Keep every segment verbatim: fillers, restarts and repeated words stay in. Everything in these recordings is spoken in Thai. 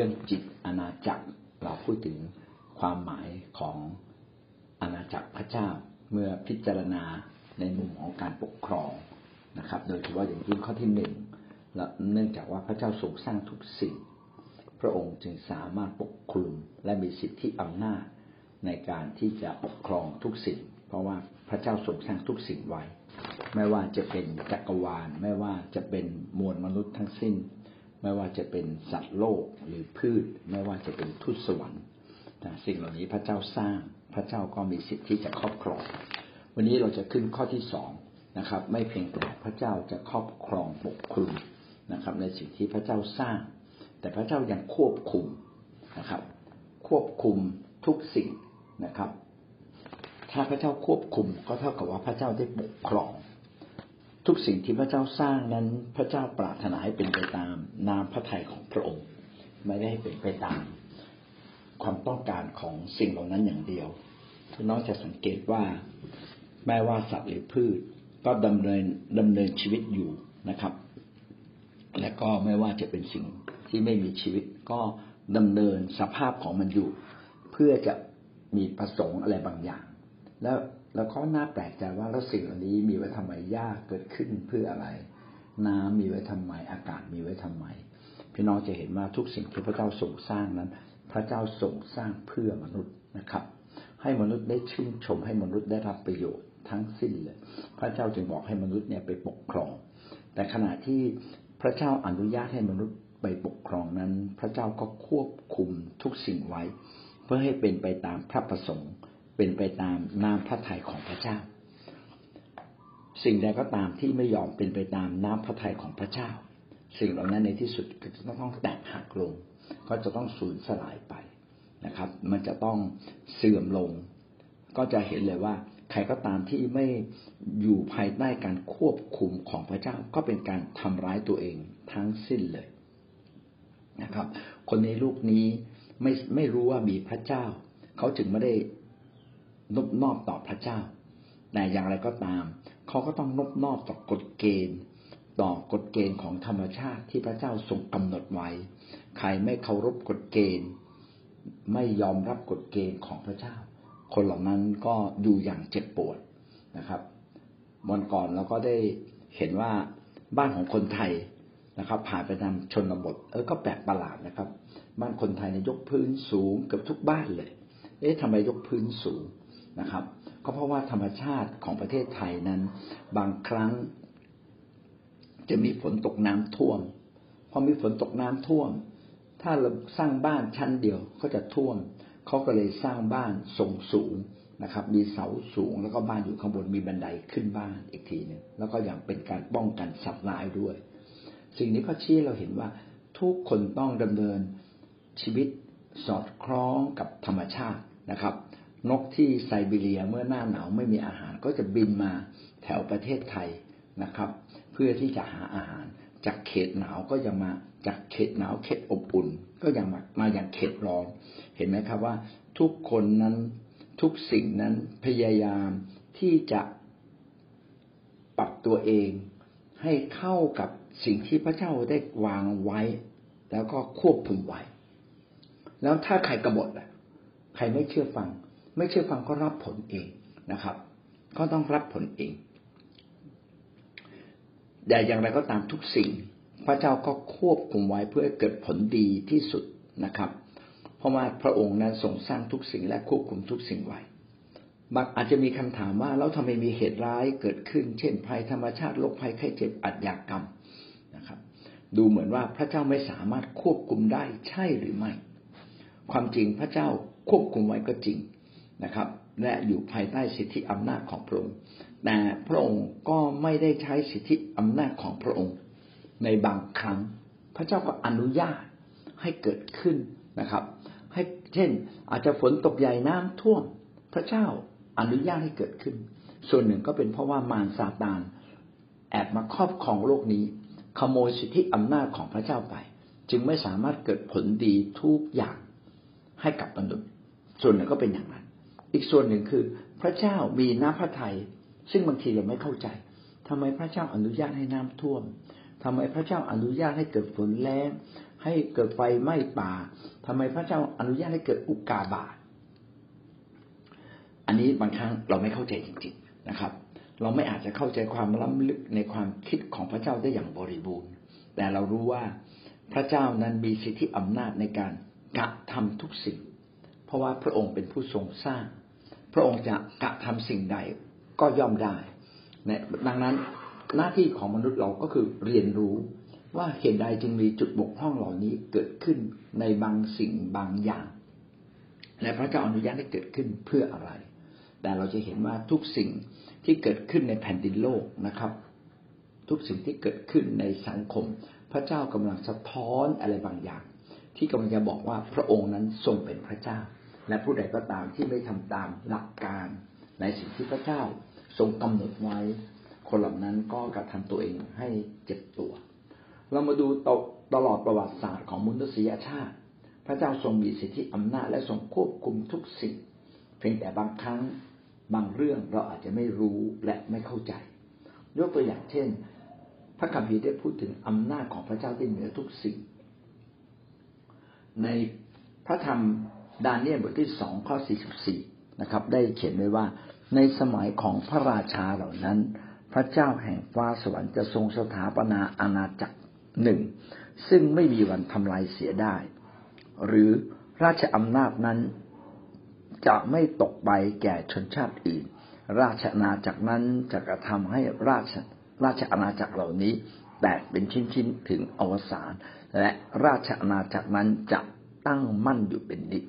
รื่องจิตอาณาจักรเราพูดถึงความหมายของอาณาจักรพระเจ้าเมื่อพิจารณาในมุมของการปกครองนะครับโดยเฉพาะอย่างยิ่งข้อที่หนึ่งและเนื่องจากว่าพระเจ้าทรงสร้างทุกสิ่งพระองค์จึงสามารถปกคลุมและมีสิทธิอำนาจในการที่จะปกครองทุกสิ่งเพราะว่าพระเจ้าทรงสร้างทุกสิ่งไว้ไม่ว่าจะเป็นจักรวาลไม่ว่าจะเป็นมวลมนุษย์ทั้งสิ้นไม่ว่าจะเป็นสัตว์โลกหรือพืชไม่ว่าจะเป็นทูตสวรรค์สิ่งเหล่านี้พระเจ้าสร้างพระเจ้าก็มีสิทธิที่จะครอบครองวันนี้เราจะขึ้นข้อที่สองนะครับไม่เพียงแต่พระเจ้าจะครอบครองปกคลุมนะครับในสิ่งที่พระเจ้าสร้างแต่พระเจ้ายังควบคุมนะครับควบคุมทุกสิ่งนะครับถ้าพระเจ้าควบคุมก็เท่ากับว่าพระเจ้าได้ปกครองทุกสิ่งที่พระเจ้าสร้างนั้นพระเจ้าปรารถนาให้เป็นไปตามน้ำพระทัยของพระองค์ไม่ได้ให้เป็นไปตามความต้องการของสิ่งเหล่านั้นอย่างเดียวพี่น้องจะสังเกตว่าแม้ว่าสัตว์หรือพืชก็ดำเนินดำเนินชีวิตอยู่นะครับและก็ไม่ว่าจะเป็นสิ่งที่ไม่มีชีวิตก็ดำเนินสภาพของมันอยู่เพื่อจะมีประสงค์อะไรบางอย่างแล้วแล้วก็น่าแปลกใจว่าแล้วสิ่งเหล่านี้มีไว้ทำไมหญ้าเกิดขึ้นเพื่ออะไรน้ำมีไว้ทำไมอากาศมีไว้ทำไมพี่น้องจะเห็นว่าทุกสิ่งที่พระเจ้าทรงสร้างนั้นพระเจ้าทรงสร้างเพื่อมนุษย์นะครับให้มนุษย์ได้ชื่นชมให้มนุษย์ได้รับประโยชน์ทั้งสิ้นเลยพระเจ้าจึงบอกให้มนุษย์เนี่ยไปปกครองแต่ขณะที่พระเจ้าอนุญาตให้มนุษย์ไปปกครองนั้นพระเจ้าก็ควบคุมทุกสิ่งไว้เพื่อให้เป็นไปตามพระประสงค์เป็นไปตามน้ำพระทัยของพระเจ้าสิ่งใดก็ตามที่ไม่ยอมเป็นไปตามน้ำพระทัยของพระเจ้าสิ่งเหล่านั้นในที่สุดก็จะต้องแตกหักลงก็จะต้องสูญสลายไปนะครับมันจะต้องเสื่อมลงก็จะเห็นเลยว่าใครก็ตามที่ไม่อยู่ภายใต้การควบคุมของพระเจ้าก็เป็นการทำร้ายตัวเองทั้งสิ้นเลยนะครับคนในโลกนี้ไม่ไม่รู้ว่ามีพระเจ้าเขาจึงไม่ได้นบนอบต่อพระเจ้าแต่อย่างไรก็ตามเขาก็ต้องนบนอบต่อกฎเกณฑ์ต่อกฎเกณฑ์ของธรรมชาติที่พระเจ้าทรงกำหนดไว้ใครไม่เคารพกฎเกณฑ์ไม่ยอมรับกฎเกณฑ์ของพระเจ้าคนเหล่านั้นก็อยู่อย่างเจ็บปวดนะครับวันก่อนเราก็ได้เห็นว่าบ้านของคนไทยนะครับผ่านไปทางชนบทเออก็แปลกประหลาดนะครับบ้านคนไทยเนี่ยยกพื้นสูงเกือบทุกบ้านเลยเอ๊ะทำไมยกพื้นสูงนะครับก็เพราะว่าธรรมชาติของประเทศไทยนั้นบางครั้งจะมีฝนตกน้ำท่วมพอมีฝนตกน้ำท่วมถ้าเราสร้างบ้านชั้นเดียวก็จะท่วมเขาก็เลยสร้างบ้านทรงสูงนะครับมีเสาสูงแล้วก็บ้านอยู่ข้างบนมีบันไดขึ้นบ้านอีกทีนึงแล้วก็อย่างเป็นการป้องกันสัตว์ร้ายด้วยสิ่งนี้ก็ชี้เราเห็นว่าทุกคนต้องดำเนินชีวิตสอดคล้องกับธรรมชาตินะครับนกที่ไซบีเรียเมื่อหน้าหนาวไม่มีอาหารก็จะบินมาแถวประเทศไทยนะครับเพื่อที่จะหาอาหารจากเขตหนาวก็ยังมาจากเขตหนาวเขตอบอุ่นก็ยังมามาอย่างเขตร้อนเห็นไหมครับว่าทุกคนนั้นทุกสิ่งนั้นพยายามที่จะปรับตัวเองให้เข้ากับสิ่งที่พระเจ้าได้วางไว้แล้วก็ควบคุมไว้แล้วถ้าใครกบฏล่ะใครไม่เชื่อฟังไม่เชื่อฟังก็รับผลเองนะครับก็ต้องรับผลเองแต่อย่างไรก็ตามทุกสิ่งพระเจ้าก็ควบคุมไว้เพื่อให้เกิดผลดีที่สุดนะครับเพราะว่าพระองค์นั้นทรงสร้างทุกสิ่งและควบคุมทุกสิ่งไว้บางอาจจะมีคำถามว่าแล้วทำไมมีเหตุร้ายเกิดขึ้นเช่นภัยธรรมชาติโรคภัยไข้เจ็บอาชญากรรมนะครับดูเหมือนว่าพระเจ้าไม่สามารถควบคุมได้ใช่หรือไม่ความจริงพระเจ้าควบคุมไว้ก็จริงนะครับและอยู่ภายใต้สิทธิอำนาจของพระองค์แต่พระองค์ก็ไม่ได้ใช้สิทธิอำนาจของพระองค์ในบางครั้งพระเจ้าก็อนุญาตให้เกิดขึ้นนะครับให้เช่นอาจจะฝนตกใหญ่น้ำท่วมพระเจ้าอนุญาตให้เกิดขึ้นส่วนหนึ่งก็เป็นเพราะว่ามารซาตานแอบมาครอบครองโลกนี้ขโมยสิทธิอำนาจของพระเจ้าไปจึงไม่สามารถเกิดผลดีทุกอย่างให้กับมนุษย์ส่วนหนึ่งก็เป็นอย่างนั้นอีกส่วนหนึ่งคือพระเจ้ามีน้ำพระทัยซึ่งบางทีเราไม่เข้าใจทำไมพระเจ้าอนุญาตให้น้ำท่วมทำไมพระเจ้าอนุญาตให้เกิดฝนแล้งให้เกิดไฟไหม้ป่าทำไมพระเจ้าอนุญาตให้เกิดอุกกาบาตอันนี้บางครั้งเราไม่เข้าใจจริงๆนะครับเราไม่อาจจะเข้าใจความล้ำลึกในความคิดของพระเจ้าได้อย่างบริบูรณ์แต่เรารู้ว่าพระเจ้านั้นมีสิทธิอำนาจในการกระทำทุกสิ่งเพราะว่าพระองค์เป็นผู้ทรงสร้างพระองค์จะกระทำสิ่งใดก็ย่อมได้ดังนั้นหน้าที่ของมนุษย์เราก็คือเรียนรู้ว่าเหตุใดจึงมีจุดบกพร่องเหล่านี้เกิดขึ้นในบางสิ่งบางอย่างและพระเจ้าอนุญาตให้เกิดขึ้นเพื่ออะไรแต่เราจะเห็นว่าทุกสิ่งที่เกิดขึ้นในแผ่นดินโลกนะครับทุกสิ่งที่เกิดขึ้นในสังคมพระเจ้ากำลังสะท้อนอะไรบางอย่างที่กำลังจะบอกว่าพระองค์นั้นทรงเป็นพระเจ้าและผู้ใดก็ตามที่ไม่ทำตามหลักการในสิ่งที่พระเจ้าทรงกำหนดไว้คนเหล่านั้นก็กระทำตัวเองให้เจ็บตัวเรามาดูตลอดประวัติศาสตร์ของมนุษยชาติพระเจ้าทรงมีสิทธิอำนาจและทรงควบคุมทุกสิ่งเพียงแต่บางครั้งบางเรื่องเราอาจจะไม่รู้และไม่เข้าใจยกตัวอย่างเช่นพระคัมภีร์ได้พูดถึงอำนาจของพระเจ้าที่เหนือทุกสิ่งในพระธรรมดาเนียลบทที่สองข้อสี่สิบสี่นะครับได้เขียนไว้ว่าในสมัยของพระราชาเหล่านั้นพระเจ้าแห่งฟ้าสวรรค์จะทรงสถาปนาอาณาจักรหนึ่งซึ่งไม่มีวันทำลายเสียได้หรือราชอำนาจนั้นจะไม่ตกไปแก่ชนชาติอื่นราชอาณาจักรนั้นจะกระทำให้ราชราชอาณาจักรเหล่านี้แตกเป็นชิ้นๆถึงอวสานและราชอาณาจักรนั้นจะตั้งมั่นอยู่เป็นนิจ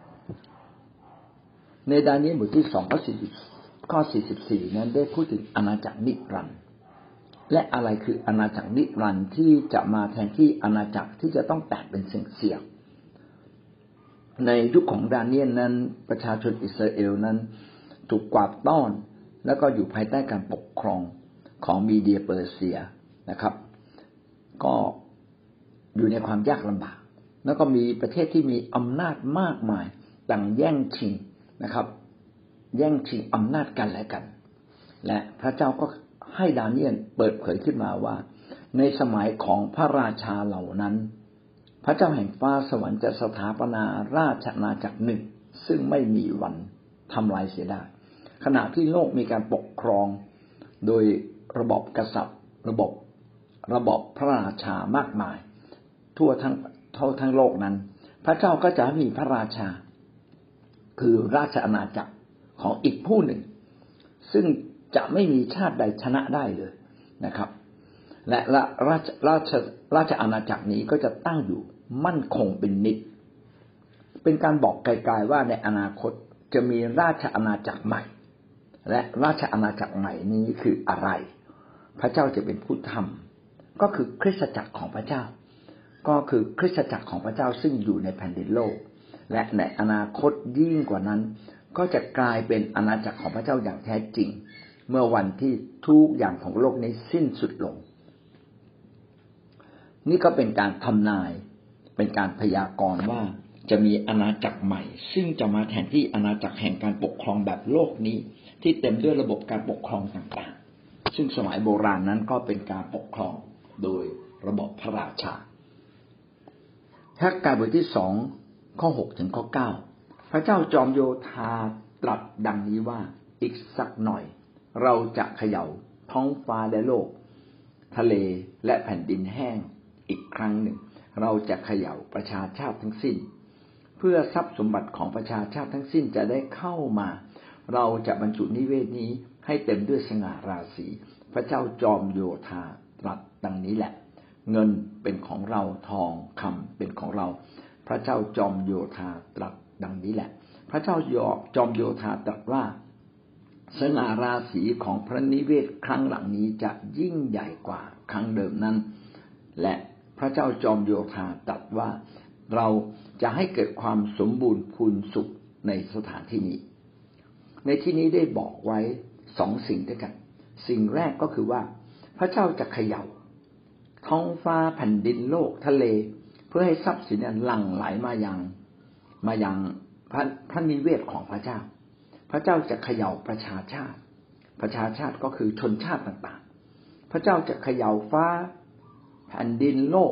ในดาเนียลบทที่สองข้อสี่สิบสี่นั้นได้พูดถึงอาณาจักรนิรันดร์และอะไรคืออาณาจักรนิรันดร์ที่จะมาแทนที่อาณาจักรที่จะต้องแตกเป็นเสี่ยงๆในยุคของดาเนียลนั้นประชาชนอิสราเอลนั้นถูกกวาดต้อนแล้วก็อยู่ภายใต้การปกครองของมีเดียเปอร์เซียนะครับก็อยู่ในความยากลำบากแล้วก็มีประเทศที่มีอำนาจมากมายต่างแย่งชิงนะครับแย่งชิงอำนาจกันและกันและพระเจ้าก็ให้ดาเนียลเปิดเผยขึ้นมาว่าในสมัยของพระราชาเหล่านั้นพระเจ้าแห่งฟ้าสวรรค์จะสถาปนาราชอาณาจักรหนึ่งซึ่งไม่มีวันทำลายเสียได้ขณะที่โลกมีการปกครองโดยระบบกษัตริย์ระบบระบบพระราชามากมายทั่วทั้งทั่วทั้งโลกนั้นพระเจ้าก็จะมีพระราชาคือราชอาณาจักรของอีกผู้หนึ่งซึ่งจะไม่มีชาติใดชนะได้เลยนะครับและราชราชราชอาณาจักรนี้ก็จะตั้งอยู่มั่นคงเป็นนิจเป็นการบอกไกลๆว่าในอนาคตจะมีราชอาณาจักรใหม่และราชอาณาจักรใหม่นี้คืออะไรพระเจ้าจะเป็นผู้ทำก็คือคริสตจักรของพระเจ้าก็คือคริสตจักรของพระเจ้าซึ่งอยู่ในแผ่นดินโลกและในอนาคตยิ่งกว่านั้นก็จะกลายเป็นอาณาจักรของพระเจ้าอย่างแท้จริงเมื่อวันที่ทุกอย่างของโลกนี้สิ้นสุดลงนี่ก็เป็นการทำนายเป็นการพยากรณ์ว่าจะมีอาณาจักรใหม่ซึ่งจะมาแทนที่อาณาจักรแห่งการปกครองแบบโลกนี้ที่เต็มด้วยระบบการปกครองต่างๆซึ่งสมัยโบราณนั้นก็เป็นการปกครองโดยระบบพระราชาฮักกายบทที่สองข้อหกถึงข้อเก้าพระเจ้าจอมโยธาตรัสดังนี้ว่าอีกสักหน่อยเราจะเขย่าท้องฟ้าและโลกทะเลและแผ่นดินแห้งอีกครั้งหนึ่งเราจะเขย่าประชาชาติทั้งสิ้นเพื่อทรัพย์สมบัติของประชาชาติทั้งสิ้นจะได้เข้ามาเราจะบรรจุนิเวศนี้ให้เต็มด้วยสง่าราศีพระเจ้าจอมโยธาตรัสดังนี้แหละเงินเป็นของเราทองคำเป็นของเราพระเจ้าจอมโยธาตรัสดังนี้แหละพระเจ้าจอมโยธาตรัสว่าสง่าราศีของพระนิเวศครั้งหลังนี้จะยิ่งใหญ่กว่าครั้งเดิมนั้นและพระเจ้าจอมโยธาตรัสว่าเราจะให้เกิดความสมบูรณ์พูนสุขในสถานที่นี้ในที่นี้ได้บอกไว้สองสิ่งด้วยกันสิ่งแรกก็คือว่าพระเจ้าจะเขย่าท้องฟ้าแผ่นดินโลกทะเลเพื่อให้ทรัพย์สินหลั่งไหลมายังมายังพระพระนิเวศของพระเจ้าพระเจ้าจะเขย่าประชาชาติประชาชาติก็คือชนชาติต่างๆพระเจ้าจะเขย่าฟ้าแผ่นดินโลก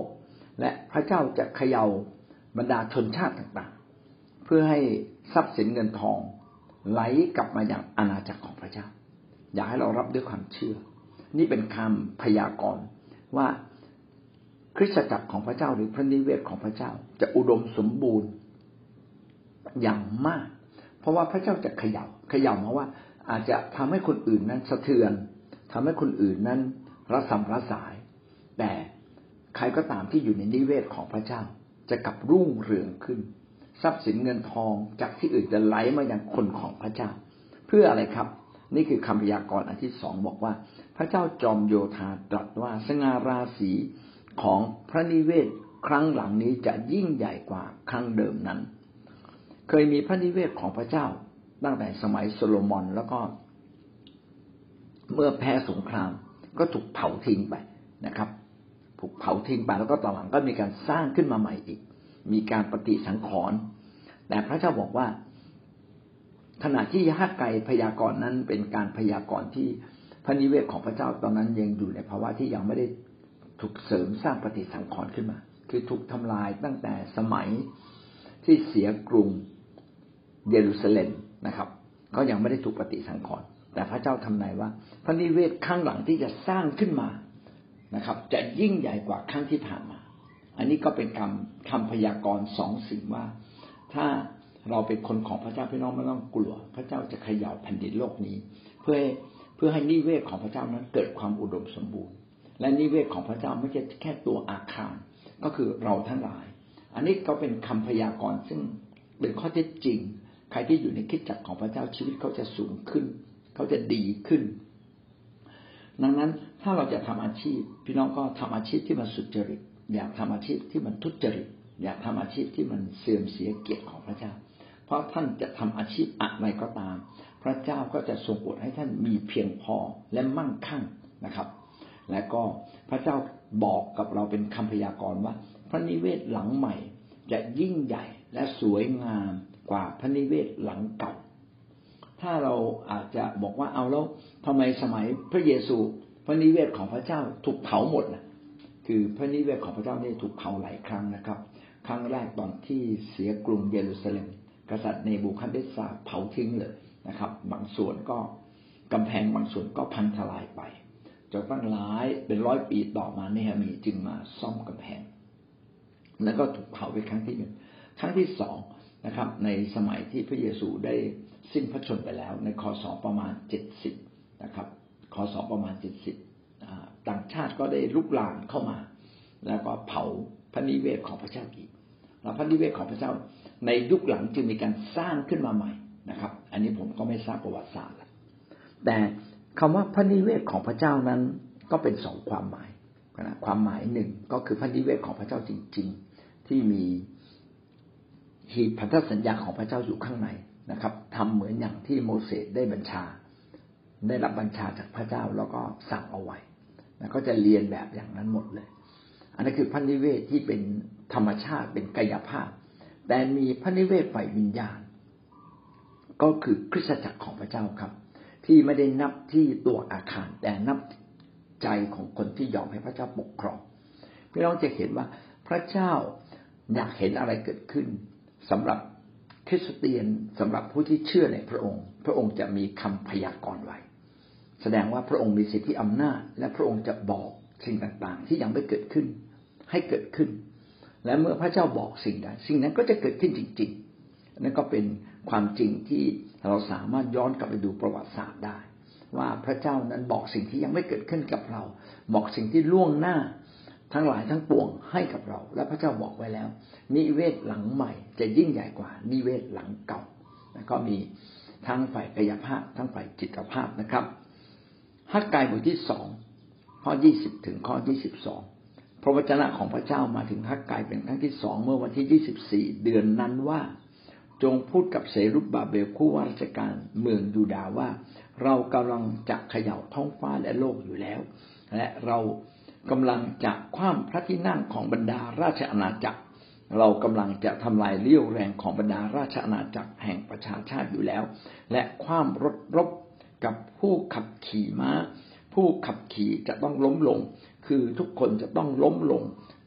และพระเจ้าจะเขย่าบรรดาชนชาติต่างๆเพื่อให้ทรัพย์สินเงินทองไหลกลับมาอย่างอาณาจักรของพระเจ้าอยากให้เรารับด้วยความเชื่อนี่เป็นคำพยากรณ์ว่าคริสตจักรของพระเจ้าหรือพระนิเวศของพระเจ้าจะอุดมสมบูรณ์อย่างมากเพราะว่าพระเจ้าจะเขย่าเขย่ามาว่าอาจจะทำให้คนอื่นนั้นสะเทือนทำให้คนอื่นนั้นระสำระสายแต่ใครก็ตามที่อยู่ในนิเวศของพระเจ้าจะกลับรุ่งเรืองขึ้นทรัพย์สินเงินทองจากที่อื่นจะไหลมายังคนของพระเจ้าเพื่ออะไรครับนี่คือคำพยากรณ์อันที่สองบอกว่าพระเจ้าจอมโยธาตรัสว่าสง่าราศีของพระนิเวศครั้งหลังนี้จะยิ่งใหญ่กว่าครั้งเดิมนั้นเคยมีพระนิเวศของพระเจ้าตั้งแต่สมัยโซโลมอนแล้วก็เมื่อแพ้สงครามก็ถูกเผาทิ้งไปนะครับถูกเผาทิ้งไปแล้วก็ต่อหลังก็มีการสร้างขึ้นมาใหม่อีกมีการปฏิสังขรณ์แต่พระเจ้าบอกว่าขณะที่ฮักไกพยากรณ์นั้นเป็นการพยากรณ์ที่พระนิเวศของพระเจ้าตอนนั้นยังอยู่ในภาวะที่ยังไม่ได้ถูกเสริมสร้างปฏิสังขรณ์ขึ้นมาคือถูกทำลายตั้งแต่สมัยที่เสียกรุงเยรูซาเล็มนะครับก็ยังไม่ได้ถูกปฏิสังขรณ์แต่พระเจ้าทำนายว่าพระนิเวศข้างหลังที่จะสร้างขึ้นมานะครับจะยิ่งใหญ่กว่าครั้งที่ผ่านมาอันนี้ก็เป็นคำคำพยากรณ์สองสิ่งว่าถ้าเราเป็นคนของพระเจ้าพี่น้องไม่ต้องกลัวพระเจ้าจะเขย่าแผ่นดินโลกนี้เพื่อเพื่อให้นิเวศของพระเจ้านั้นเกิดความอุดมสมบูรณ์และนิเวศของพระเจ้าไม่ใช่แค่ตัวอาคารก็คือเราทั้งหลายอันนี้ก็เป็นคำพยากรณ์ซึ่งเป็นข้อเท็จจริงใครที่อยู่ในคริสตจักรของพระเจ้าชีวิตเขาจะสูงขึ้นเขาจะดีขึ้นดังนั้นถ้าเราจะทำอาชีพพี่น้องก็ทำอาชีพที่มันสุจริตอย่าทำอาชีพที่มันทุจริตอย่าทำอาชีพที่มันเสื่อมเสียเกียรติของพระเจ้าเพราะท่านจะทำอาชีพอะไรก็ตามพระเจ้าก็จะทรงโปรดให้ท่านมีเพียงพอและมั่งคั่งนะครับและก็พระเจ้าบอกกับเราเป็นคำพยากรณ์ว่าพระนิเวศหลังใหม่จะยิ่งใหญ่และสวยงามกว่าพระนิเวศหลังเก่าถ้าเราอาจจะบอกว่าเอาแล้วทำไมสมัยพระเยซูพระนิเวศของพระเจ้าถูกเผาหมดนะคือพระนิเวศของพระเจ้านี่ถูกเผาหลายครั้งนะครับครั้งแรกตอนที่เสียกรุงเยรูซาเล็มกษัตริย์เนบูคัดเนสซาร์เผาทิ้งเลยนะครับบางส่วนก็กำแพงบางส่วนก็พังทลายไปจนตั้งหลายเป็นร้อยปีต่อมาเนหะมีจึงมาซ่อมกำแพงแล้วก็ถูกเผาไปครั้งที่หนึ่งครั้งที่สองนะครับในสมัยที่พระเยซูได้สิ้นพระชนม์ไปแล้วในคศประมาณเจ็ดสิบนะครับคศประมาณเจ็ดสิบต่างชาติก็ได้ลุกลามเข้ามาแล้วก็เผาพระนิเวศของพระเจ้าอีกแล้วพระนิเวศของพระเจ้าในยุคหลังจึงมีการสร้างขึ้นมาใหม่นะครับอันนี้ผมก็ไม่ทราบประวัติศาสตร์แต่คำว่าพระนิเวศของพระเจ้านั้นก็เป็นสองความหมายนะความหมายหนึ่งก็คือพระนิเวศของพระเจ้าจริงๆที่มีหีบพันธสัญญาของพระเจ้าอยู่ข้างในนะครับทำเหมือนอย่างที่โมเสสได้บัญชาได้รับบัญชาจากพระเจ้าแล้วก็สั่งเอาไว้นะก็จะเรียนแบบอย่างนั้นหมดเลยอันนั้นคือพระนิเวศที่เป็นธรรมชาติเป็นกายภาพแต่มีพระนิเวศฝ่ายวิญญาณก็คือคริสตจักรของพระเจ้าครับที่ไม่ได้นับที่ตัวอาคารแต่นับใจของคนที่ยอมให้พระเจ้าปกครองพี่น้องจะเห็นว่าพระเจ้าอยากเห็นอะไรเกิดขึ้นสำหรับคริสเตียนสำหรับผู้ที่เชื่อในพระองค์พระองค์จะมีคำพยากรณ์ไว้แสดงว่าพระองค์มีสิทธิอำนาจและพระองค์จะบอกสิ่งต่างๆที่ยังไม่เกิดขึ้นให้เกิดขึ้นและเมื่อพระเจ้าบอกสิ่งใดสิ่งนั้นก็จะเกิดขึ้นจริงๆนั่นก็เป็นความจริงที่เราสามารถย้อนกลับไปดูประวัติศาสตร์ได้ว่าพระเจ้านั้นบอกสิ่งที่ยังไม่เกิดขึ้นกับเราบอกสิ่งที่ล่วงหน้าทั้งหลายทั้งปวงให้กับเราและพระเจ้าบอกไว้แล้วนิเวศหลังใหม่จะยิ่งใหญ่กว่านิเวศหลังเก่าแล้วก็มีทั้งฝ่ายกายภาพทั้งฝ่ายจิตภาพนะครับฮักไกบทที่สองข้อยี่สิบถึงข้อยี่สิบสองพระวจนะของพระเจ้ามาถึงฮักไกเป็นครั้งที่สองเมื่อวันที่ยี่สิบสี่เดือนนั้นว่าจงพูดกับเซรุบบาเบลผู้ว่าราชการเมืองยูดาห์ว่าเรากำลังจะเขย่าท้องฟ้าและโลกอยู่แล้วและเรากำลังจะคว่ำพระที่นั่งของบรรดาราชอาณาจักรเรากำลังจะทำลายเรี่ยวแรงของบรรดาราชอาณาจักรแห่งประชาชาติอยู่แล้วและคว่ำรถรบกับผู้ขับขี่ม้าผู้ขับขี่จะต้องล้มลงคือทุกคนจะต้องล้มลง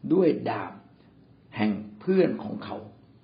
ด้วยดาบแห่งเพื่อนของเขา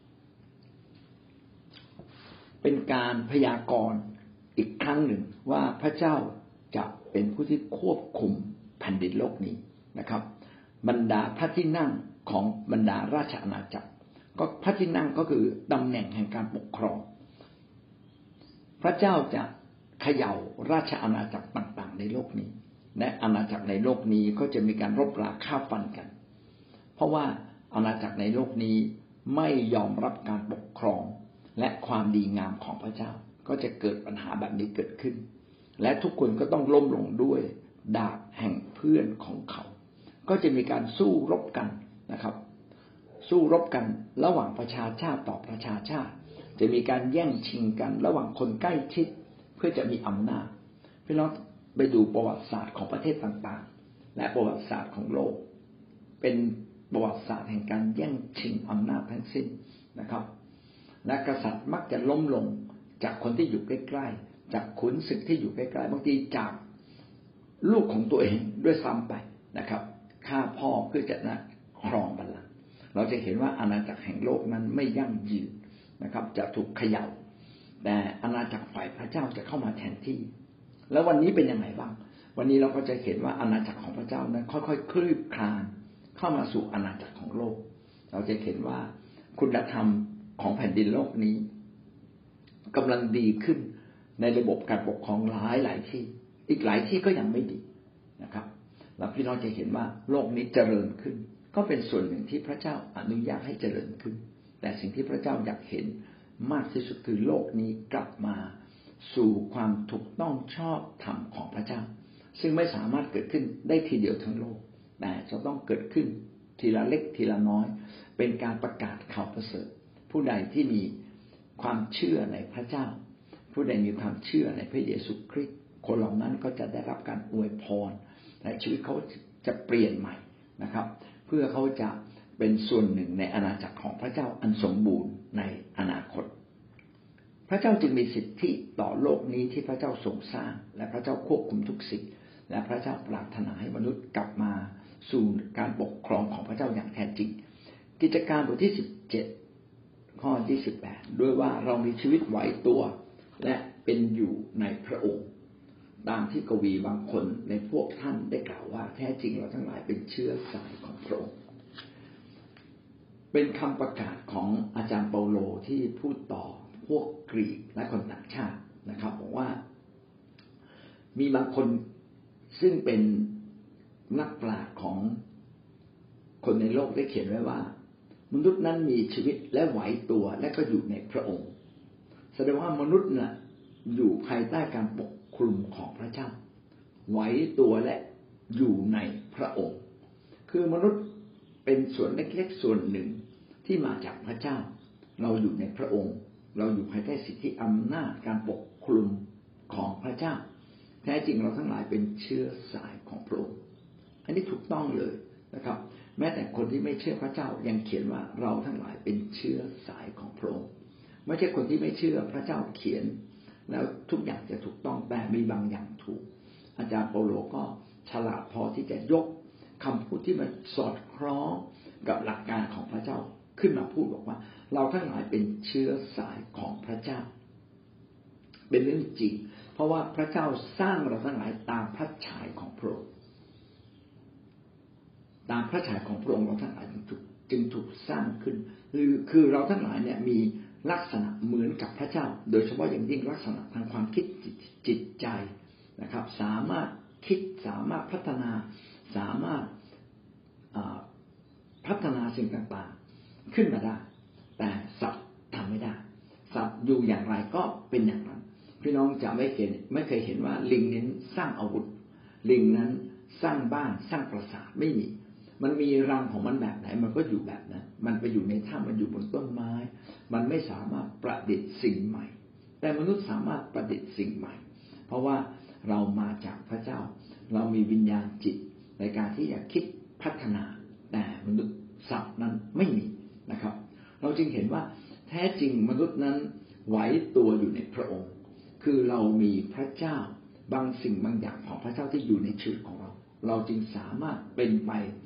เป็นการพยากรณ์อีกครั้งหนึ่งว่าพระเจ้าจะเป็นผู้ที่ควบคุมแผ่นดินโลกนี้นะครับบรรดาพระที่นั่งของบรรดาราชอาณาจักรก็พระที่นั่งก็คือตำแหน่งแห่งการปกครองพระเจ้าจะเขย่าราชอาณาจักรต่างๆในโลกนี้และอาณาจักรในโลกนี้ก็จะมีการรบราฆ่าฟันกันเพราะว่าอาณาจักรในโลกนี้ไม่ยอมรับการปกครองและความดีงามของพระเจ้าก็จะเกิดปัญหาแบบนี้เกิดขึ้นและทุกคนก็ต้องล้มลงด้วยดาบแห่งเพื่อนของเขาก็จะมีการสู้รบกันนะครับสู้รบกันระหว่างประชาชาติต่อประชาชาติจะมีการแย่งชิงกันระหว่างคนใกล้ชิดเพื่อจะมีอำนาจพี่น้องไปดูประวัติศาสตร์ของประเทศต่างๆและประวัติศาสตร์ของโลกเป็นประวัติศาสตร์แห่งการแย่งชิงอำนาจทั้งสิ้นนะครับและกษัตริย์มักจะล้มลงจากคนที่อยู่ใกล้ๆจากขุนศึกที่อยู่ใกล้ๆบางทีจากลูกของตัวเองด้วยซ้ำไปนะครับฆ่าพ่อเพื่อจะนะครองบัลลังก์เราจะเห็นว่าอาณาจักรแห่งโลกนั้นไม่ยั่งยืนนะครับจะถูกเขย่าแต่อาณาจักรฝ่ายพระเจ้าจะเข้ามาแทนที่แล้ววันนี้เป็นยังไงบ้างวันนี้เราก็จะเห็นว่าอาณาจักรของพระเจ้านั้นค่อยๆคลืบคลานเข้ามาสู่อาณาจักรของโลกเราจะเห็นว่าคุณธรรมของแผ่นดินโลกนี้กำลังดีขึ้นในระบบการปกครองหลายหลายที่อีกหลายที่ก็ยังไม่ดีนะครับแล้วพี่น้องจะเห็นว่าโลกนี้เจริญขึ้นก็เป็นส่วนหนึ่งที่พระเจ้าอนุญาตให้เจริญขึ้นแต่สิ่งที่พระเจ้าอยากเห็นมากที่สุดคือโลกนี้กลับมาสู่ความถูกต้องชอบธรรมของพระเจ้าซึ่งไม่สามารถเกิดขึ้นได้ทีเดียวทั้งโลกแต่จะต้องเกิดขึ้นทีละเล็กทีละน้อยเป็นการประกาศข่าวประเสริฐผู้ใดที่มีความเชื่อในพระเจ้าผู้ใดมีความเชื่อในพระเยซูคริสต์คนเหล่านั้นก็จะได้รับการอวยพรและชีวิตเขาจะเปลี่ยนใหม่นะครับเพื่อเขาจะเป็นส่วนหนึ่งในอาณาจักรของพระเจ้าอันสมบูรณ์ในอนาคตพระเจ้าจึงมีสิทธิต่อโลกนี้ที่พระเจ้าทรงสร้างและพระเจ้าควบคุมทุกสิ่งและพระเจ้าปรารถนาให้มนุษย์กลับมาสู่การปกครองของพระเจ้าอย่างแท้จริงกิจการบทที่สิบเจ็ดข้อที่สิบแปดด้วยว่าเรามีชีวิตไหวตัวและเป็นอยู่ในพระองค์ตามที่กวีบางคนในพวกท่านได้กล่าวว่าแท้จริงเราทั้งหลายเป็นเชื้อสายของพระองค์เป็นคำประกาศของอาจารย์เปาโลที่พูดต่อพวกกรีกและคนต่างชาตินะครับบอกว่ามีบางคนซึ่งเป็นนักปราชญ์ของคนในโลกได้เขียนไว้ว่ามนุษย์นั้นมีชีวิตและไหวตัวและก็อยู่ในพระองค์แสดงว่ามนุษย์น่ะอยู่ภายใต้การปกคลุมของพระเจ้าไหวตัวและอยู่ในพระองค์คือมนุษย์เป็นส่วนเล็กๆส่วนหนึ่งที่มาจากพระเจ้าเราอยู่ในพระองค์เราอยู่ภายใต้สิทธิอำนาจการปกคลุมของพระเจ้าแท้จริงเราทั้งหลายเป็นเชื้อสายของพระองค์อันนี้ถูกต้องเลยนะครับแม้แต่คนที่ไม่เชื่อพระเจ้ายังเขียนว่าเราทั้งหลายเป็นเชื้อสายของพระองค์ไม่ใช่คนที่ไม่เชื่อพระเจ้าเขียนแล้วทุกอย่างจะถูกต้องแต่มีบางอย่างถูกอาจารย์เปาโลก็ฉลาดพอที่จะยกคำพูดที่มันสอดคล้องกับหลักการของพระเจ้าขึ้นมาพูดบอกว่าเราทั้งหลายเป็นเชื้อสายของพระเจ้าเป็นเรื่องจริงเพราะว่าพระเจ้าสร้างเราทั้งหลายตามพระฉายของพระองค์ตามพระฉายของพระองค์เราทั้งหลายจึงถูกจึงถูกสร้างขึ้นคือคือเราทั้งหลายเนี่ยมีลักษณะเหมือนกับพระเจ้าโดยเฉพาะอย่างยิ่งลักษณะทางความคิดจิตใจนะครับสามารถคิดสามารถพัฒนาสามารถพัฒนาสิ่งต่างๆขึ้นมาได้แต่สัตว์ทำไม่ได้สัตว์อยู่อย่างไรก็เป็นอย่างนั้นพี่น้องจะไม่เคยไม่เคยเห็นว่าลิงนั้นสร้างอาวุธลิงนั้นสร้างบ้านสร้างปราสาทไม่มีมันมีรังของมันแบบไหนมันก็อยู่แบบนั้นมันไปอยู่ในถ้ำมันอยู่บนต้นไม้มันไม่สามารถประดิษฐ์สิ่งใหม่แต่มนุษย์สามารถประดิษฐ์สิ่งใหม่เพราะว่าเรามาจากพระเจ้าเรามีวิญญาณจิตในการที่จะคิดพัฒนาแต่มนุษย์สัตว์นั้นไม่มีนะครับเราจึงเห็นว่าแท้จริงมนุษย์นั้นไหวตัวอยู่ในพระองค์คือเรามีพระเจ้าบางสิ่งบางอย่างของพระเจ้าที่อยู่ในชีวิตของเราเราจึงสามารถเป็นไป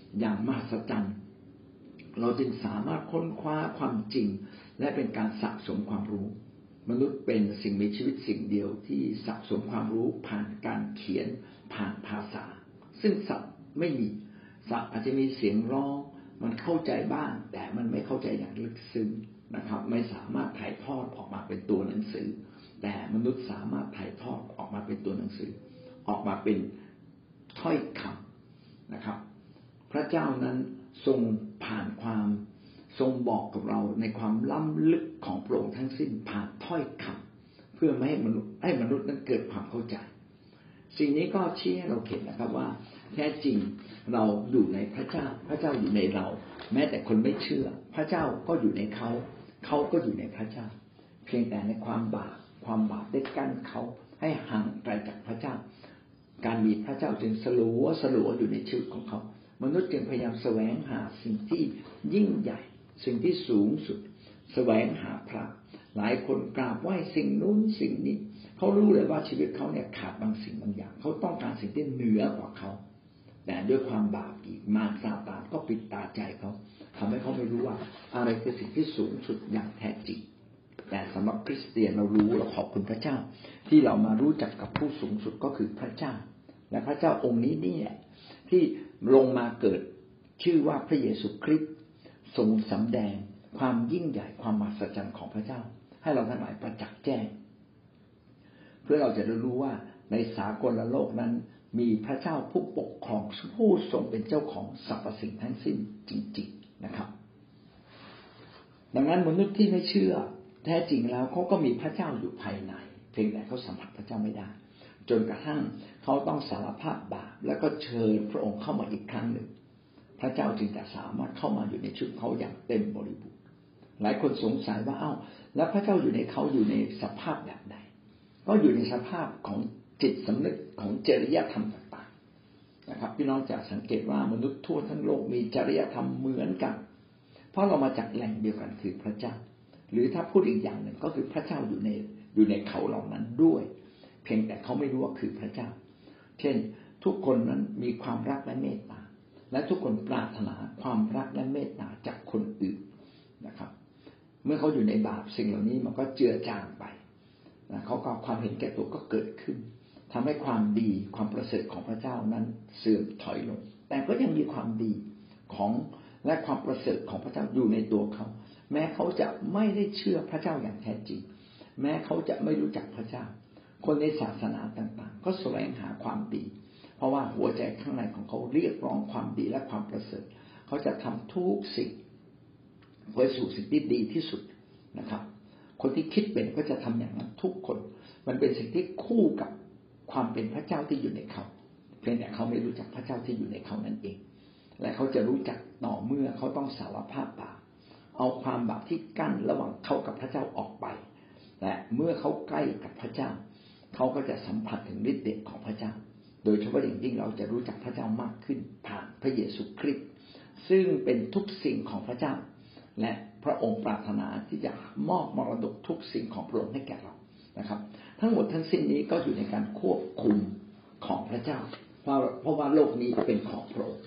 อย่างมหัศจรรย์เราจึงสามารถค้นคว้าความจริงและเป็นการสะสมความรู้มนุษย์เป็นสิ่งมีชีวิตสิ่งเดียวที่สะสมความรู้ผ่านการเขียนผ่านภาษาซึ่งสัตว์ไม่มีสัตว์อาจจะมีเสียงร้องมันเข้าใจบ้างแต่มันไม่เข้าใจอย่างลึกซึ้งนะครับไม่สามารถถ่ายทอดออกมาเป็นตัวหนังสือแต่มนุษย์สามารถถ่ายทอดออกมาเป็นตัวหนังสือออกมาเป็นถ้อยคำนะครับพระเจ้านั้นทรงผ่านความทรงบอกกับเราในความล้ำลึกของพระองค์ทั้งสิ้นผ่านถ้อยคำเพื่อไม่ให้มนุษย์ให้มนุษย์นั้นเกิดความเข้าใจสิ่งนี้ก็ชี้ให้เราเห็นนะครับว่าแท้จริงเราอยู่ในพระเจ้าพระเจ้าอยู่ในเราแม้แต่คนไม่เชื่อพระเจ้าก็อยู่ในเขาเขาก็อยู่ในพระเจ้าเพียงแต่ในความบาปความบาปได้กั้นเขาให้ห่างไกลจากพระเจ้าการมีพระเจ้าจึงสลัวสลัวอยู่ในชีวิตของเขามนุษย์จึงพยายามแสวงหาสิ่งที่ยิ่งใหญ่สิ่งที่สูงสุดแสวงหาพระหลายคนกราบไหว้สิ่งนู้นสิ่งนี้เขารู้เลยว่าชีวิตเขาเนี่ยขาดบางสิ่งบางอย่างเขาต้องการสิ่งที่เหนือกว่าเขาแต่ด้วยความบาปอีกมารซาตานก็ปิดตาใจเขาทำให้เขาไม่รู้ว่าอะไรคือสิ่งที่สูงสุดอย่างแท้จริงแต่สำหรับคริสเตียนเรารู้เราขอบคุณพระเจ้าที่เรามารู้จักกับผู้สูงสุดก็คือพระเจ้าและพระเจ้าองค์นี้นี่แหละที่ลงมาเกิดชื่อว่าพระเยซูคริสต์ทรงสำแดงความยิ่งใหญ่ความมหัศจรรย์ของพระเจ้าให้เราทั้งหลายประจักษ์แจ้งเพื่อเราจะได้รู้ว่าในสากลโลกนั้นมีพระเจ้าผู้ปกครองผู้ทรงเป็นเจ้าของสรรพสิ่งทั้งสิ้นจริงๆนะครับดังนั้นมนุษย์ที่ไม่เชื่อแท้จริงแล้วเขาก็มีพระเจ้าอยู่ภายในเพียงแต่เขาสัมผัสพระเจ้าไม่ได้จนกระทั่งเขาต้องสารภาพบาปแล้วก็เชิญพระองค์เข้ามาอีกครั้งหนึ่งพระเจ้าจึงจะสามารถเข้ามาอยู่ในชีวิตเขาอย่างเต็มบริบูรณ์หลายคนสงสัยว่าเอ้าแล้วพระเจ้าอยู่ในเขาอยู่ในสภาพแบบไหนก็อยู่ในสภาพของจิตสำนึกของจริยธรรมต่างๆนะครับพี่น้องจะสังเกตว่ามนุษย์ทั่วทั้งโลกมีจริยธรรมเหมือนกันเพราะเรามาจากแหล่งเดียวกันคือพระเจ้าหรือถ้าพูดอีกอย่างหนึ่งก็คือพระเจ้าอยู่ในอยู่ในเขาเหล่านั้นด้วยเพียงแต่เขาไม่รู้ว่าคือพระเจ้าเช่นทุกคนนั้นมีความรักและเมตตาและทุกคนปรารถนาความรักและเมตตาจากคนอื่นนะครับเมื่อเขาอยู่ในบาปสิ่งเหล่านี้มันก็เจือจางไปนะเขาก็ความเห็นแก่ตัวก็เกิดขึ้นทำให้ความดีความประเสริฐของพระเจ้านั้นเสื่อมถอยลงแต่ก็ยังมีความดีของและความประเสริฐของพระเจ้าอยู่ในตัวเขาแม้เขาจะไม่ได้เชื่อพระเจ้าอย่างแท้จริงแม้เขาจะไม่รู้จักพระเจ้าคนในศาสนาต่างๆก็แสวงหาความดีเพราะว่าหัวใจข้างในของเขาเรียกร้องความดีและความประเสริฐเขาจะทำทุกสิ่งเพื่อสู่สิ่งที่ดีที่สุดนะครับคนที่คิดเป็นก็จะทำอย่างนั้นทุกคนมันเป็นสิ่งที่คู่กับความเป็นพระเจ้าที่อยู่ในเขาเพียงแต่เขาไม่รู้จักพระเจ้าที่อยู่ในเขานั่นเองและเขาจะรู้จักต่อเมื่อเขาต้องสารภาพบาปเอาความบาปที่กั้นระหว่างเขากับพระเจ้าออกไปและเมื่อเขาใกล้กับพระเจ้าเขาก็จะสัมผัสถึงฤทธิ์เดชของพระเจ้าโดยเฉพาะอย่างยิ่งเราจะรู้จักพระเจ้ามากขึ้นผ่านพระเยซูคริสต์ซึ่งเป็นทุกสิ่งของพระเจ้าและพระองค์ปรารถนาที่จะมอบมรดกทุกสิ่งของพระองค์ให้แก่เรานะครับทั้งหมดทั้งสิ้นนี้ก็อยู่ในการควบคุมของพระเจ้าเพราะเพราะว่าโลกนี้เป็นของพระองค์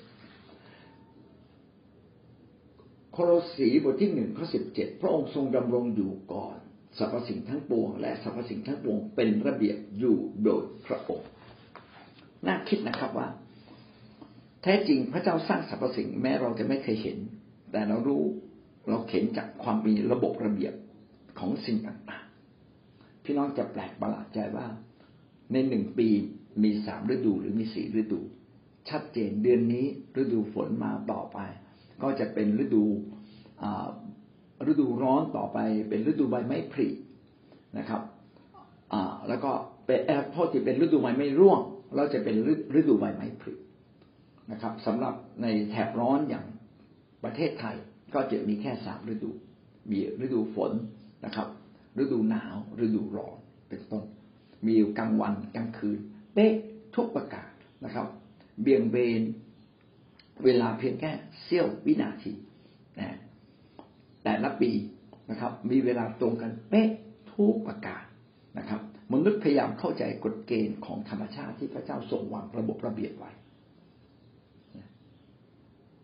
โคโลสีบทที่หนึ่งข้อสิบเจ็ดพระองค์ทรงดำรงอยู่ก่อนสรรพสิ่งทั้งปวงและสรรพสิ่งทั้งปวงเป็นระเบียบอยู่โดยพระองค์น่าคิดนะครับว่าแท้จริงพระเจ้าสร้างสรรพสิ่งแม้เราจะไม่เคยเห็นแต่เรารู้เราเห็นจากความมีระบบระเบียบของสิ่งต่างๆพี่น้องจะแปลกประหลาดใจว่าในหนึ่งปีมีสามฤดูหรือมีสี่ฤดูชัดเจนเดือนนี้ฤดูฝนมาต่อไปก็จะเป็นฤดูฤดูร้อนต่อไปเป็นฤดูใบไม้ผลินะครับแล้วก็เป็นแอปโทษที่เป็นฤดูใบไม้ร่วงเราจะเป็นฤดูใบไม้ผลินะครับสำหรับในแถบร้อนอย่างประเทศไทยก็จะมีแค่สามฤดูมีฤดูฝนนะครับฤดูหนาวฤดูร้อนเป็นต้นมีกลางวันกลางคืนเป๊ะทุกประการนะครับเบี่ยงเบนเวลาเพียงแค่เสี้ยววินาทีนะแต่ละปีนะครับมีเวลาตรงกันเป๊ะทุกประการนะครับมนุษย์พยายามเข้าใจกฎเกณฑ์ของธรรมชาติที่พระเจ้าทรงวางระบบระเบียบไว้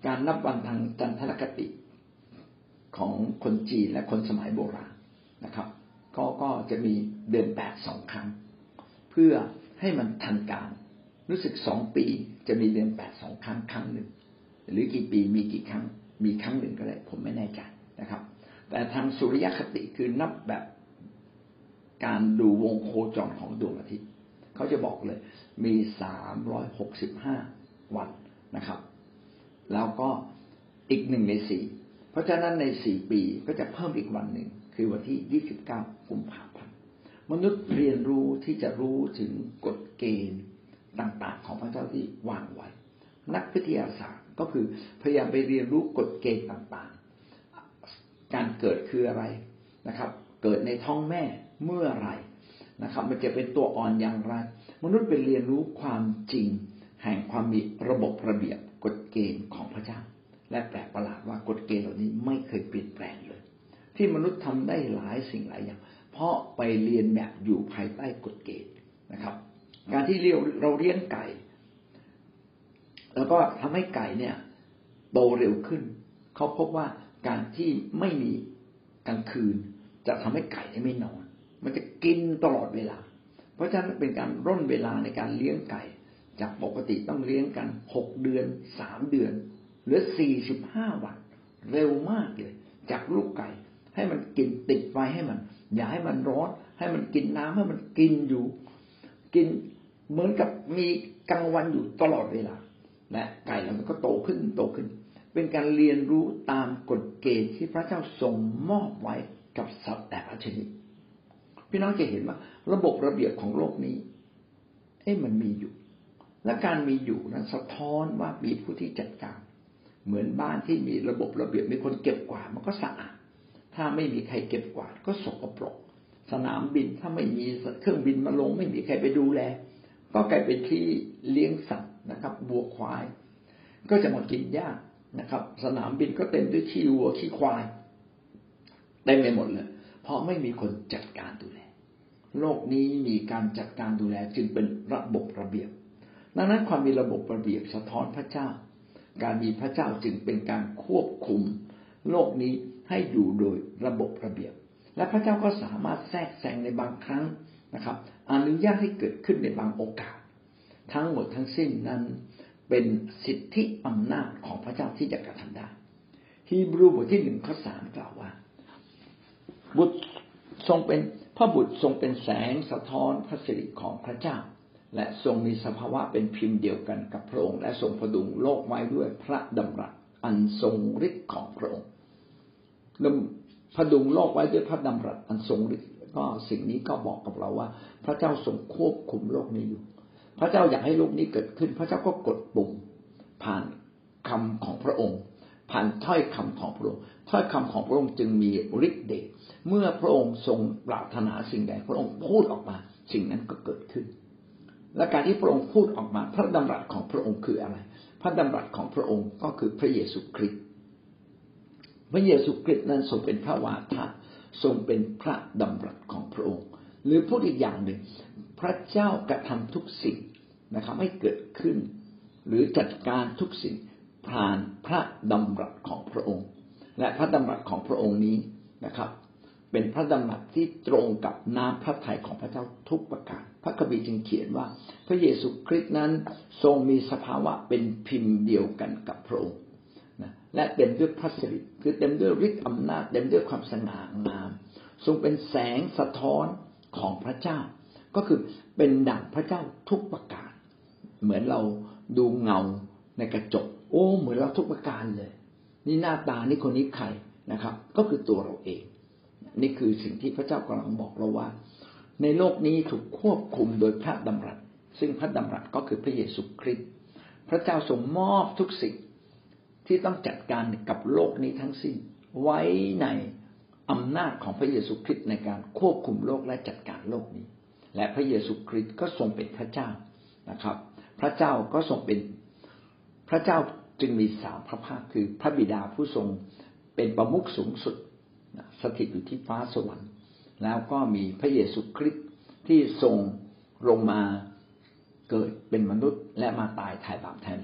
การนับวันทางจันทรคติของคนจีนและคนสมัยโบราณนะครับก็ก็จะมีเดือนแปดสองครั้งเพื่อให้มันทันการรู้สึกสองปีจะมีเดือนแปดสองครั้งครั้งหนึ่งหรือกี่ปีมีกี่ครั้งมีครั้งหนึ่งก็ได้ผมไม่แน่ใจนะครับแต่ทางสุริยคติคือนับแบบการดูวงโคจรของดวงอาทิตย์เขาจะบอกเลยมีสามร้อยหกสิบห้าวันนะครับแล้วก็อีกหนึ่งในสี่เพราะฉะนั้นในสี่ปีก็จะเพิ่มอีกวันหนึ่งคือวันที่ยี่สิบเก้ากุมภาพันธ์มนุษย์เรียนรู้ที่จะรู้ถึงกฎเกณฑ์ต่างๆของพระเจ้าที่วางไว้นักวิทยาศาสตร์ก็คือพยายามไปเรียนรู้กฎเกณฑ์ต่างๆการเกิดคืออะไรนะครับเกิดในท้องแม่เมื่อไหร่นะครับมันจะเป็นตัวอ่อนอย่างไรมนุษย์ไปเรียนรู้ความจริงแห่งความมีระบบระเบียบกฎเกณฑ์ของพระเจ้าและแปลกประหลาดว่ากฎเกณฑ์เหล่านี้ไม่เคยเปลี่ยนแปลงเลยที่มนุษย์ทำได้หลายสิ่งหลายอย่างเพราะไปเรียนแบบอยู่ภายใต้กฎเกณฑ์นะครับการที่เราเราเลี้ยงไก่แล้วก็ทำให้ไก่เนี่ยโตเร็วขึ้นเขาพบว่าการที่ไม่มีกลางคืนจะทำให้ไก่ไม่นอนมันจะกินตลอดเวลาเพราะฉะนั้นเป็นการร่นเวลาในการเลี้ยงไก่จากปกติต้องเลี้ยงกันหกเดือนสามเดือนเหลือสี่สิบห้าวันเร็วมากเลยจากลูกไก่ให้มันกินติดไฟให้มันอย่าให้มันร้อนให้มันกินน้ำให้มันกินอยู่กินเหมือนกับมีกลางวันอยู่ตลอดเวลาและไก่แล้วมันก็โตขึ้นโตขึ้นเป็นการเรียนรู้ตามกฎเกณฑ์ที่พระเจ้าทรงมอบไว้กับสัตว์แต่ละชนิดพี่น้องจะเห็นว่าระบบระเบียบของโลกนี้เอ๊ะมันมีอยู่และการมีอยู่นั้นสะท้อนว่ามีผู้ที่จัดการเหมือนบ้านที่มีระบบระเบียบมีคนเก็บกวาดมันก็สะอาดถ้าไม่มีใครเก็บกวาดก็สกปรกสนามบินถ้าไม่มีเครื่องบินมาลงไม่มีใครไปดูแลก็กลายเป็นที่เลี้ยงสัตว์นะครับวัวควายก็จะมากินหญ้านะครับสนามบินก็เต็มด้วยขี้วัวขี้ควายเต็มไปหมดเลยเพราะไม่มีคนจัดการดูแลโลกนี้มีการจัดการดูแลจึงเป็นระบบระเบียบดังนั้นความมีระบบระเบียบสะท้อนพระเจ้าการมีพระเจ้าจึงเป็นการควบคุมโลกนี้ให้อยู่โดยระบบระเบียบและพระเจ้าก็สามารถแทรกแซงในบางครั้งนะครับอนุญาตให้เกิดขึ้นในบางโอกาสทั้งหมดทั้งสิ้นนั้นเป็นสิทธิอำนาจของพระเจ้าที่จะกระทำได้ฮีบรูบทที่หนึ่งข้อสามกล่าวว่าบุตรทรงเป็นพระบุตรทรงเป็นแสงสะท้อนพระสิริของพระเจ้าและทรงมีสภาวะเป็นพิมพ์เดียวกันกับพระองค์และทรงพดุงโลกไว้ด้วยพระดำรัสอันทรงฤทธิ์ของพระองค์พดุงโลกไว้ด้วยพระดำรัสอันทรงฤทธิ์ก็สิ่งนี้ก็บอกกับเราว่าพระเจ้าทรงควบคุมโลกนี้อยู่พระเจ้าอยากให้โลกนี้เกิดขึ้นพระเจ้าก็กดปุ่มผ่านคำของพระองค์ผ่านถ้อยคำของพระองค์ถ้อยคำของพระองค์จึงมีฤทธิ์เดชเมื่อพระองค์ทรงปรารถนาสิ่งใดพระองค์พูดออกมาสิ่งนั้นก็เกิดขึ้นและการที่พระองค์พูดออกมาพระดำรัสของพระองค์คืออะไรพระดำรัสของพระองค์ก็คือพระเยซูคริสต์พระเยซูคริสต์นั้นทรงเป็นพระวาทะทรงเป็นพระดำรัสของพระองค์หรือพูดอีกอย่างหนึ่งพระเจ้ากระทำทุกสิ่งนะครับให้เกิดขึ้นหรือจัดการทุกสิ่งผ่านพระดำรัสของพระองค์และพระดำรัสของพระองค์นี้นะครับเป็นพระดำรัสที่ตรงกับน้ำพระทัยของพระเจ้าทุกประการพระคัมภีร์จึงเขียนว่าพระเยซูคริสต์นั้นทรงมีสภาวะเป็นพิมพ์เดียวกันกับพระองค์นะและเต็มด้วยพระสิริคือเต็มด้วยฤทธิ์อำนาจเต็มด้วยความสง่างามทรงเป็นแสงสะท้อนของพระเจ้าก็คือเป็นดั่งพระเจ้าทุกประการเหมือนเราดูเงาในกระจกโอ้เหมือนเราทุกประการเลยนี่หน้าตานี่คนนี้ใครนะครับก็คือตัวเราเองนี่คือสิ่งที่พระเจ้ากำลังบอกเราว่าในโลกนี้ถูกควบคุมโดยพระดำรัสซึ่งพระดำรัสก็คือพระเยซูคริสต์พระเจ้าทรงมอบทุกสิ่งที่ต้องจัดการกับโลกนี้ทั้งสิ้นไว้ในอำนาจของพระเยซูคริสต์ในการควบคุมโลกและจัดการโลกนี้และพระเยซูคริสต์ก็ทรงเป็นพระเจ้านะครับพระเจ้าก็ทรงเป็นพระเจ้าจึงมีสามพระภาคคือพระบิดาผู้ทรงเป็นประมุขสูงสุดสถิตอยู่ที่ฟ้าสวรรค์แล้วก็มีพระเยซูคริสต์ที่ทรงลงมาเกิดเป็นมนุษย์และมาตายไถ่บาปแทนเรา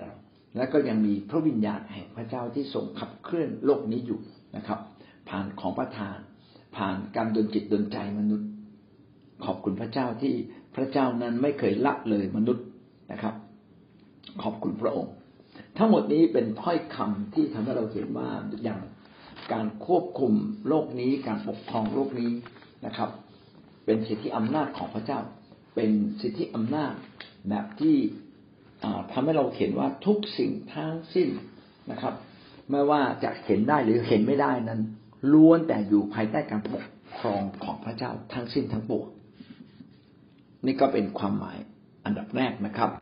และก็ยังมีพระวิญญาณแห่งพระเจ้าที่ทรงขับเคลื่อนโลกนี้อยู่นะครับผ่านของประทานผ่านการดลจิตดลใจมนุษย์ขอบคุณพระเจ้าที่พระเจ้านั้นไม่เคยละเลยมนุษย์นะครับขอบคุณพระองค์ทั้งหมดนี้เป็นถ้อยคำที่ทำให้เราเห็นว่าอย่างการควบคุมโลกนี้การปกครองโลกนี้นะครับเป็นสิทธิอำนาจของพระเจ้าเป็นสิทธิอำนาจแบบที่ทำให้เราเห็นว่าทุกสิ่งทั้งสิ้นนะครับไม่ว่าจะเห็นได้หรือเห็นไม่ได้นั้นล้วนแต่อยู่ภายใต้การปกครองของพระเจ้าทั้งสิ้นทั้งปวงนี่ก็เป็นความหมายอันดับแรกนะครับ